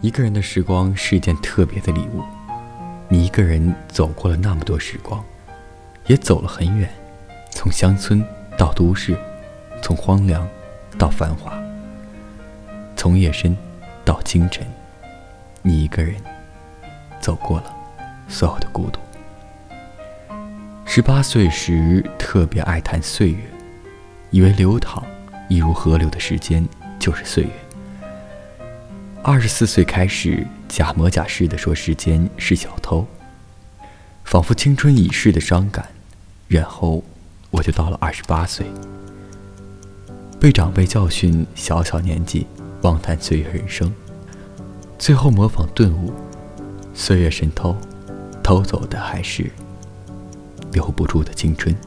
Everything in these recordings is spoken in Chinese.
一个人的时光是一件特别的礼物，你一个人走过了那么多时光，也走了很远，从乡村到都市，从荒凉到繁华，从夜深到清晨，你一个人走过了所有的孤独。18岁时特别爱谈岁月，以为流淌一如河流的时间就是岁月。24岁开始假模假式地说时间是小偷，仿佛青春已逝的伤感。然后我就到了28岁，被长辈教训小小年纪妄谈岁月人生，最后模仿顿悟，岁月渗透，偷走的还是留不住的青春。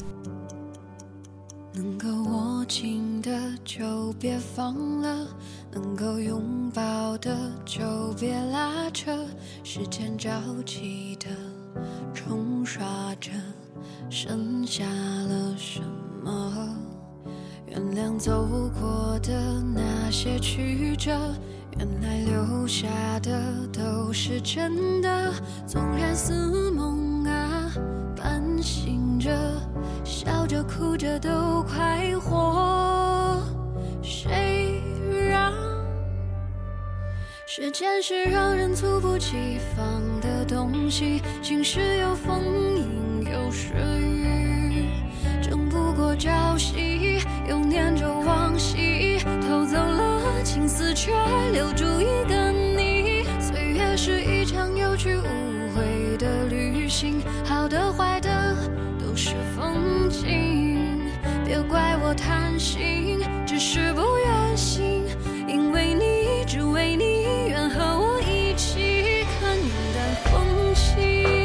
能够握紧的就别放了，能够拥抱的就别拉扯，时间着急的冲刷着，剩下了什么？原谅走过的那些曲折，原来留下的都是真的。纵然似梦啊，半醒着，笑着哭着都快活。谁让时间是让人猝不及防的东西，晴时有风阴有时雨，争不过朝夕，又念着往昔，偷走了青丝却留住一个你。岁月是一场有去无回的旅行，好的坏的都是风景，别怪我贪心，只是不愿醒，因为你，只为你，愿和我一起看云淡风轻。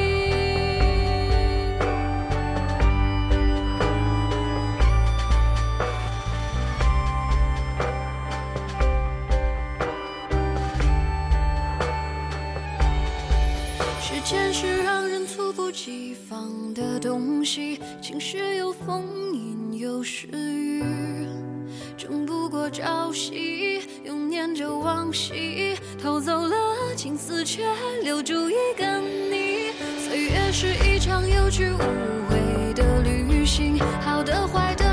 时间是让人猝不及防的东西，晴时有风阴有时雨，争不过朝夕，又念着往昔，偷走了青丝却留住一个你。岁月是一场有去无回的旅行，好的坏的